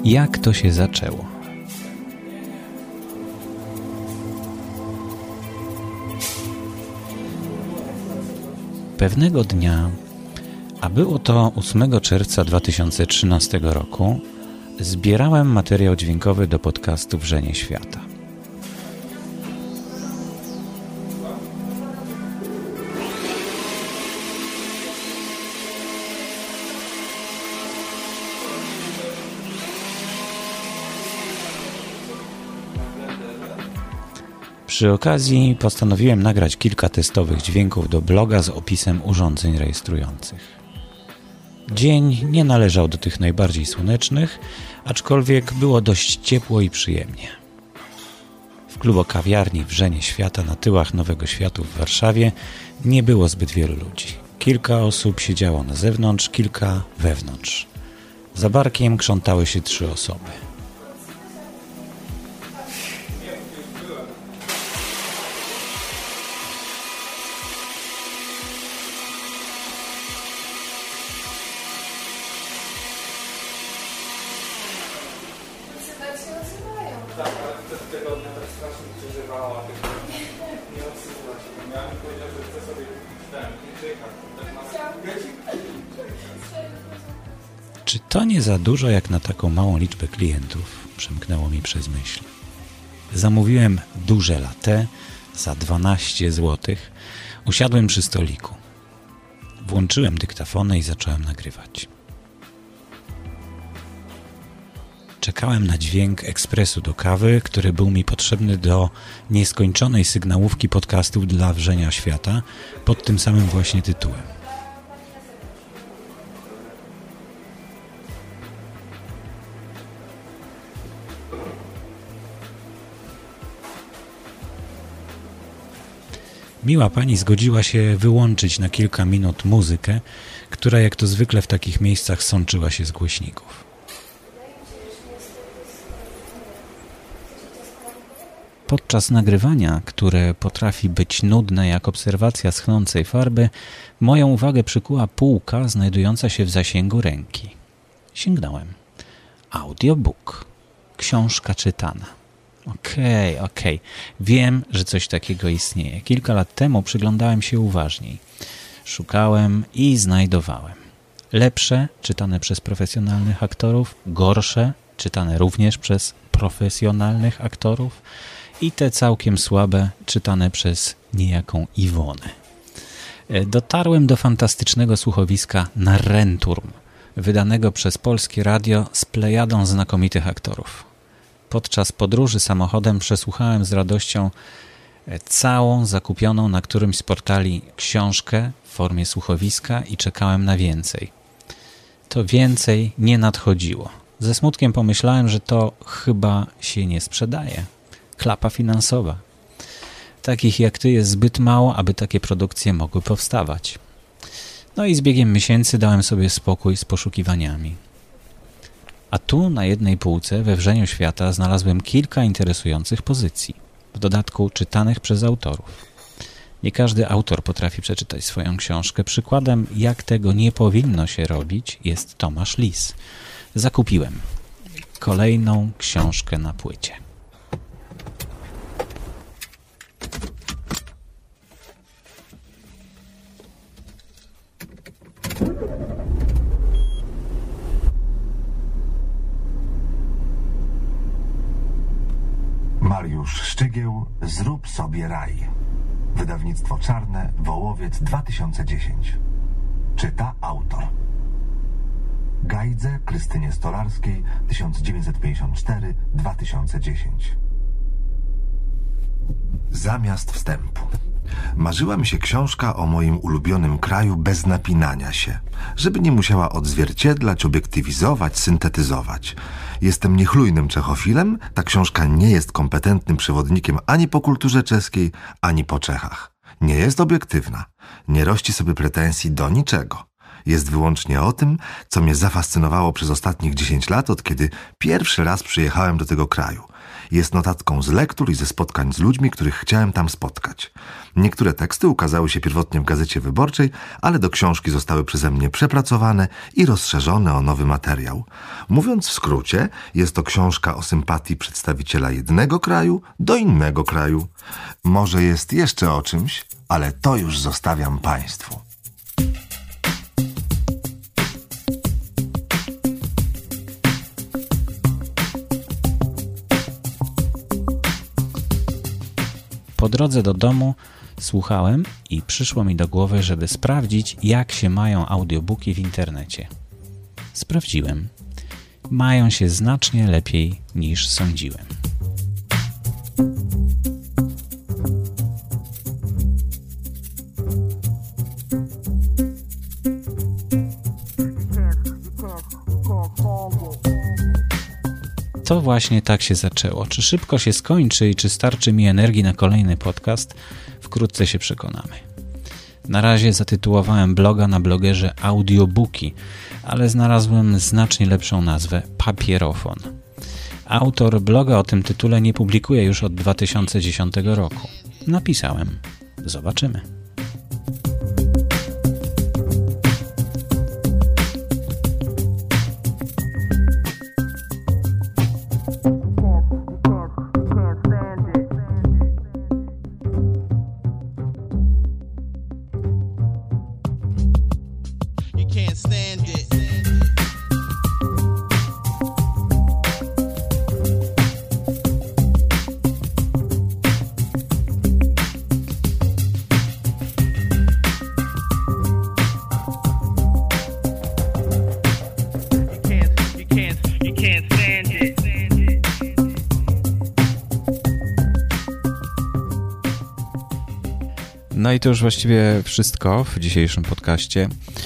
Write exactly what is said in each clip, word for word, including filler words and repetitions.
Jak to się zaczęło? Pewnego dnia, a było to ósmego czerwca dwa tysiące trzynastego roku, zbierałem materiał dźwiękowy do podcastu Wrzenie Świata. Przy okazji postanowiłem nagrać kilka testowych dźwięków do bloga z opisem urządzeń rejestrujących. Dzień nie należał do tych najbardziej słonecznych, aczkolwiek było dość ciepło i przyjemnie. W klubokawiarni Wrzenie Świata na tyłach Nowego Światu w Warszawie nie było zbyt wielu ludzi. Kilka osób siedziało na zewnątrz, kilka wewnątrz. Za barkiem krzątały się trzy osoby. Tak, ale wtedy tego dnia tak strasznie przeżywała, nie odsyła się. Ja bym powiedział, że chcę sobie ten Chińczyka. Czy to nie za dużo jak na taką małą liczbę klientów? Przemknęło mi przez myśl. Zamówiłem duże latte za dwanaście złotych. Usiadłem przy stoliku. Włączyłem dyktafony i zacząłem nagrywać. Czekałem na dźwięk ekspresu do kawy, który był mi potrzebny do nieskończonej sygnałówki podcastów dla Wrzenia Świata pod tym samym właśnie tytułem. Miła pani zgodziła się wyłączyć na kilka minut muzykę, która jak to zwykle w takich miejscach sączyła się z głośników. Podczas nagrywania, które potrafi być nudne jak obserwacja schnącej farby, moją uwagę przykuła półka znajdująca się w zasięgu ręki. Sięgnąłem. Audiobook. Książka czytana. Okej, okay, okej. Okay. Wiem, że coś takiego istnieje. Kilka lat temu przyglądałem się uważniej. Szukałem i znajdowałem. Lepsze, czytane przez profesjonalnych aktorów, gorsze, czytane również przez profesjonalnych aktorów i te całkiem słabe, czytane przez niejaką Iwonę. Dotarłem do fantastycznego słuchowiska Narrenturm, wydanego przez Polskie Radio z plejadą znakomitych aktorów. Podczas podróży samochodem przesłuchałem z radością całą zakupioną na którymś z portali książkę w formie słuchowiska i czekałem na więcej. To więcej nie nadchodziło. Ze smutkiem pomyślałem, że to chyba się nie sprzedaje. Klapa finansowa. Takich jak ty jest zbyt mało, aby takie produkcje mogły powstawać. No i z biegiem miesięcy dałem sobie spokój z poszukiwaniami. A tu na jednej półce we Wrzeniu Świata znalazłem kilka interesujących pozycji, w dodatku czytanych przez autorów. Nie każdy autor potrafi przeczytać swoją książkę. Przykładem, jak tego nie powinno się robić, jest Tomasz Lis. Zakupiłem kolejną książkę na płycie. Mariusz Szczygieł, Zrób sobie raj. Wydawnictwo Czarne, Wołowiec dwa tysiące dziesięć. Czyta autor. Gajdze Krystynie Stolarskiej tysiąc dziewięćset pięćdziesiąt cztery do dwa tysiące dziesięć. Zamiast wstępu. Marzyła mi się książka o moim ulubionym kraju bez napinania się, żeby nie musiała odzwierciedlać, obiektywizować, syntetyzować. Jestem niechlujnym czechofilem, ta książka nie jest kompetentnym przewodnikiem ani po kulturze czeskiej, ani po Czechach. Nie jest obiektywna, nie rości sobie pretensji do niczego. Jest wyłącznie o tym, co mnie zafascynowało przez ostatnich dziesięć lat, od kiedy pierwszy raz przyjechałem do tego kraju. Jest notatką z lektur i ze spotkań z ludźmi, których chciałem tam spotkać. Niektóre teksty ukazały się pierwotnie w Gazecie Wyborczej, ale do książki zostały przeze mnie przepracowane i rozszerzone o nowy materiał. Mówiąc w skrócie, jest to książka o sympatii przedstawiciela jednego kraju do innego kraju. Może jest jeszcze o czymś, ale to już zostawiam Państwu. Po drodze do domu słuchałem i przyszło mi do głowy, żeby sprawdzić, jak się mają audiobooki w internecie. Sprawdziłem. Mają się znacznie lepiej niż sądziłem. To właśnie tak się zaczęło. Czy szybko się skończy i czy starczy mi energii na kolejny podcast? Wkrótce się przekonamy. Na razie zatytułowałem bloga na blogerze Audiobooki, ale znalazłem znacznie lepszą nazwę Papierofon. Autor bloga o tym tytule nie publikuje już od dwa tysiące dziesiątego roku. Napisałem. Zobaczymy. No i to już właściwie wszystko w dzisiejszym podcaście.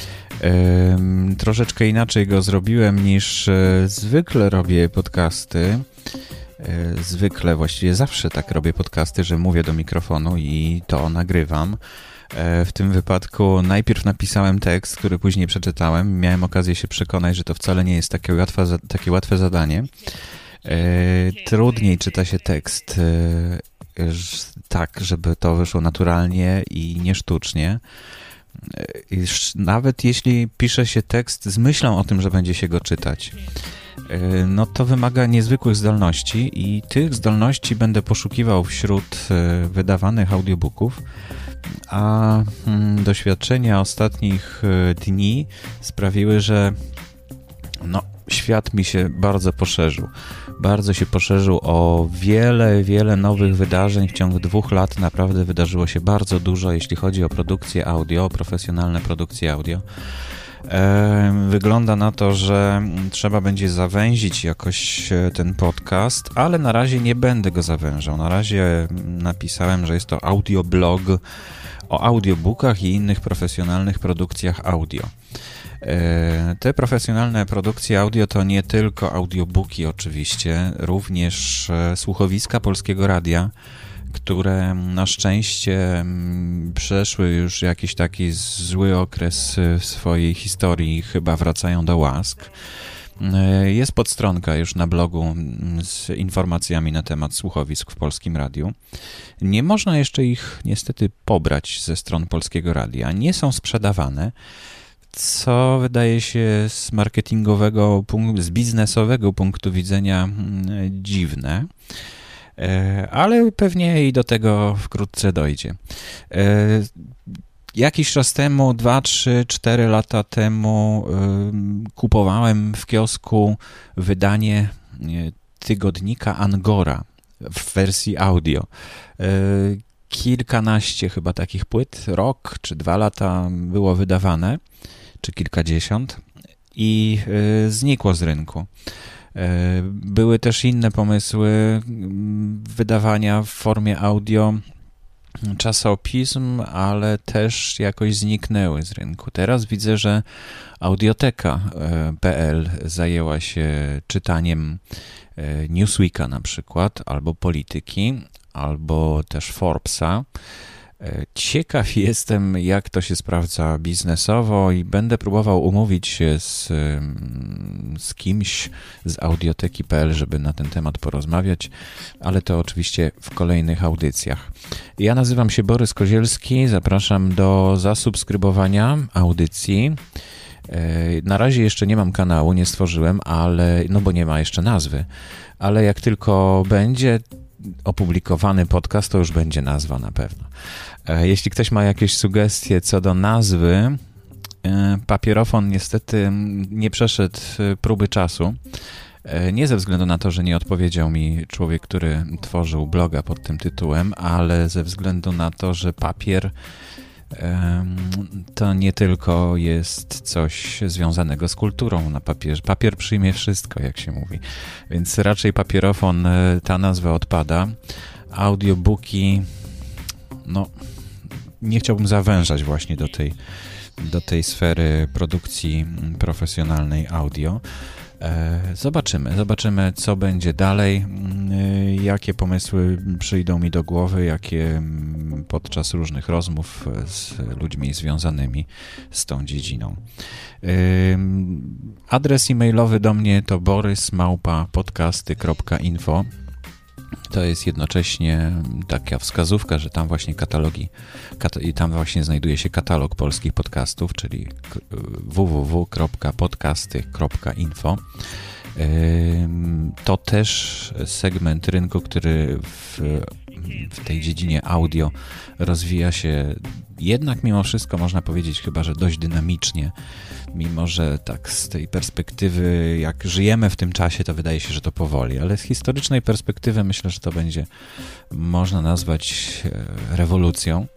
Ym, troszeczkę inaczej go zrobiłem niż y, zwykle robię podcasty. Y, zwykle, właściwie zawsze tak robię podcasty, że mówię do mikrofonu i to nagrywam. Y, w tym wypadku najpierw napisałem tekst, który później przeczytałem. Miałem okazję się przekonać, że to wcale nie jest takie łatwe, takie łatwe zadanie. Y, trudniej czyta się tekst y, tak, żeby to wyszło naturalnie i nie sztucznie. Nawet jeśli pisze się tekst z myślą o tym, że będzie się go czytać, no to wymaga niezwykłych zdolności i tych zdolności będę poszukiwał wśród wydawanych audiobooków, a doświadczenia ostatnich dni sprawiły, że no, świat mi się bardzo poszerzył. Bardzo się poszerzył o wiele, wiele nowych wydarzeń. W ciągu dwóch lat naprawdę wydarzyło się bardzo dużo, jeśli chodzi o produkcję audio, o profesjonalne produkcje audio. Wygląda na to, że trzeba będzie zawęzić jakoś ten podcast, ale na razie nie będę go zawężał. Na razie napisałem, że jest to audioblog o audiobookach i innych profesjonalnych produkcjach audio. Te profesjonalne produkcje audio to nie tylko audiobooki oczywiście, również słuchowiska Polskiego Radia, które na szczęście przeszły już jakiś taki zły okres w swojej historii i chyba wracają do łask. Jest podstronka już na blogu z informacjami na temat słuchowisk w Polskim Radiu. Nie można jeszcze ich niestety pobrać ze stron Polskiego Radia. Nie są sprzedawane, co wydaje się z marketingowego, z biznesowego punktu widzenia dziwne, ale pewnie i do tego wkrótce dojdzie. Jakiś czas temu, dwa, trzy, cztery lata temu kupowałem w kiosku wydanie tygodnika Angora w wersji audio. Kilkanaście chyba takich płyt, rok czy dwa lata było wydawane, czy kilkadziesiąt i y, znikło z rynku. Y, były też inne pomysły wydawania w formie audio czasopism, ale też jakoś zniknęły z rynku. Teraz widzę, że audioteka kropka pe el zajęła się czytaniem Newsweeka na przykład, albo Polityki, albo też Forbesa. Ciekaw jestem, jak to się sprawdza biznesowo i będę próbował umówić się z, z kimś z audioteki kropka p l, żeby na ten temat porozmawiać, ale to oczywiście w kolejnych audycjach. Ja nazywam się Borys Kozielski, zapraszam do zasubskrybowania audycji. Na razie jeszcze nie mam kanału, nie stworzyłem, ale no bo nie ma jeszcze nazwy, ale jak tylko będzie opublikowany podcast, to już będzie nazwa na pewno. Jeśli ktoś ma jakieś sugestie co do nazwy, Papierofon niestety nie przeszedł próby czasu. Nie ze względu na to, że nie odpowiedział mi człowiek, który tworzył bloga pod tym tytułem, ale ze względu na to, że papier to nie tylko jest coś związanego z kulturą na papierze. Papier przyjmie wszystko, jak się mówi. Więc raczej papierofon, ta nazwa odpada. Audiobooki, no nie chciałbym zawężać właśnie do tej, do tej sfery produkcji profesjonalnej audio. Zobaczymy, zobaczymy, co będzie dalej, jakie pomysły przyjdą mi do głowy, jakie podczas różnych rozmów z ludźmi związanymi z tą dziedziną. Adres e-mailowy do mnie to borys małpa podcasty kropka info. To jest jednocześnie taka wskazówka, że tam właśnie katalogi, kat- i tam właśnie znajduje się katalog polskich podcastów, czyli w w w kropka podcasty kropka info. To też segment rynku, który w, w tej dziedzinie audio rozwija się jednak mimo wszystko, można powiedzieć chyba, że dość dynamicznie, mimo że tak z tej perspektywy, jak żyjemy w tym czasie, to wydaje się, że to powoli, ale z historycznej perspektywy myślę, że to będzie można nazwać rewolucją.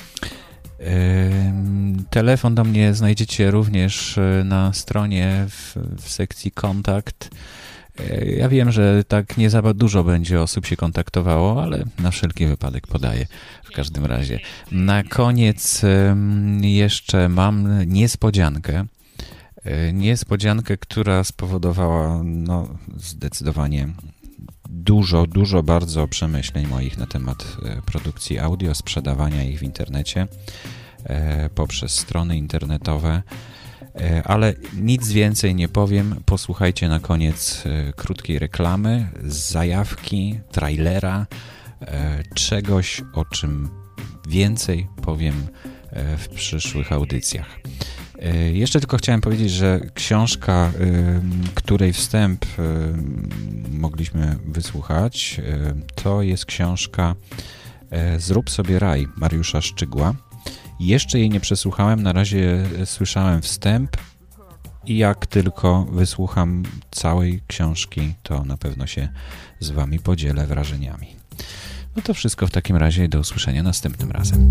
Telefon do mnie znajdziecie również na stronie w, w sekcji kontakt. Ja wiem, że tak nie za dużo będzie osób się kontaktowało, ale na wszelki wypadek podaję w każdym razie. Na koniec jeszcze mam niespodziankę. Niespodziankę, która spowodowała no, zdecydowanie dużo, dużo bardzo przemyśleń moich na temat produkcji audio, sprzedawania ich w internecie poprzez strony internetowe, ale nic więcej nie powiem. Posłuchajcie na koniec krótkiej reklamy, zajawki, trailera, czegoś, o czym więcej powiem w przyszłych audycjach. Jeszcze tylko chciałem powiedzieć, że książka, której wstęp mogliśmy wysłuchać, to jest książka Zrób sobie raj Mariusza Szczygła. Jeszcze jej nie przesłuchałem, na razie słyszałem wstęp i jak tylko wysłucham całej książki, to na pewno się z wami podzielę wrażeniami. No to wszystko w takim razie, do usłyszenia następnym razem.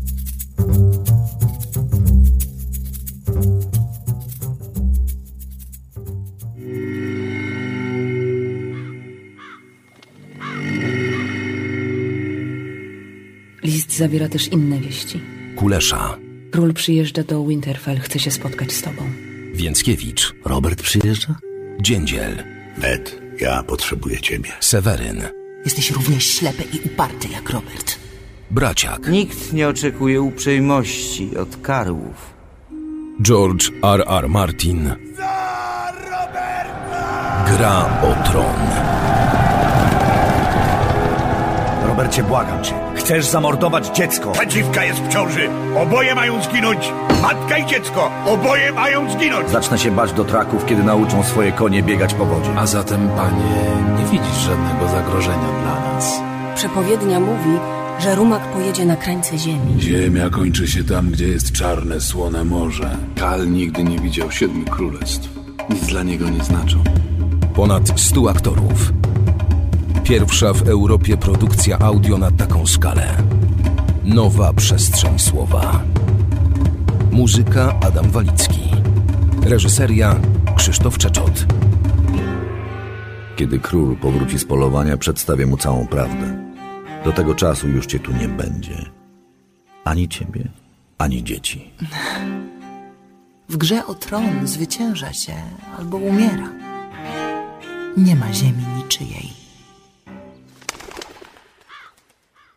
List zawiera też inne wieści. Kulesza. Król przyjeżdża do Winterfell, chce się spotkać z tobą. Więckiewicz. Robert przyjeżdża? Dziędziel. Ned, ja potrzebuję ciebie. Seweryn. Jesteś równie ślepy i uparty jak Robert. Braciak. Nikt nie oczekuje uprzejmości od karłów. George R R. Martin. Za Roberta! Gra o tron. Robercie, błagam cię. Chcesz zamordować dziecko. Ta dziwka jest w ciąży. Oboje mają zginąć. Matka i dziecko. Oboje mają zginąć. Zacznę się bać do traków, kiedy nauczą swoje konie biegać po wodzie. A zatem, panie, nie widzisz żadnego zagrożenia dla nas. Przepowiednia mówi, że rumak pojedzie na krańce ziemi. Ziemia kończy się tam, gdzie jest czarne, słone morze. Kal nigdy nie widział siedmiu królestw. Nic dla niego nie znaczą. Ponad stu aktorów. Pierwsza w Europie produkcja audio na taką skalę. Nowa przestrzeń słowa. Muzyka Adam Walicki. Reżyseria Krzysztof Czeczot. Kiedy król powróci z polowania, przedstawię mu całą prawdę. Do tego czasu już cię tu nie będzie. Ani ciebie, ani dzieci. W grze o tron zwycięża się albo umiera. Nie ma ziemi niczyjej.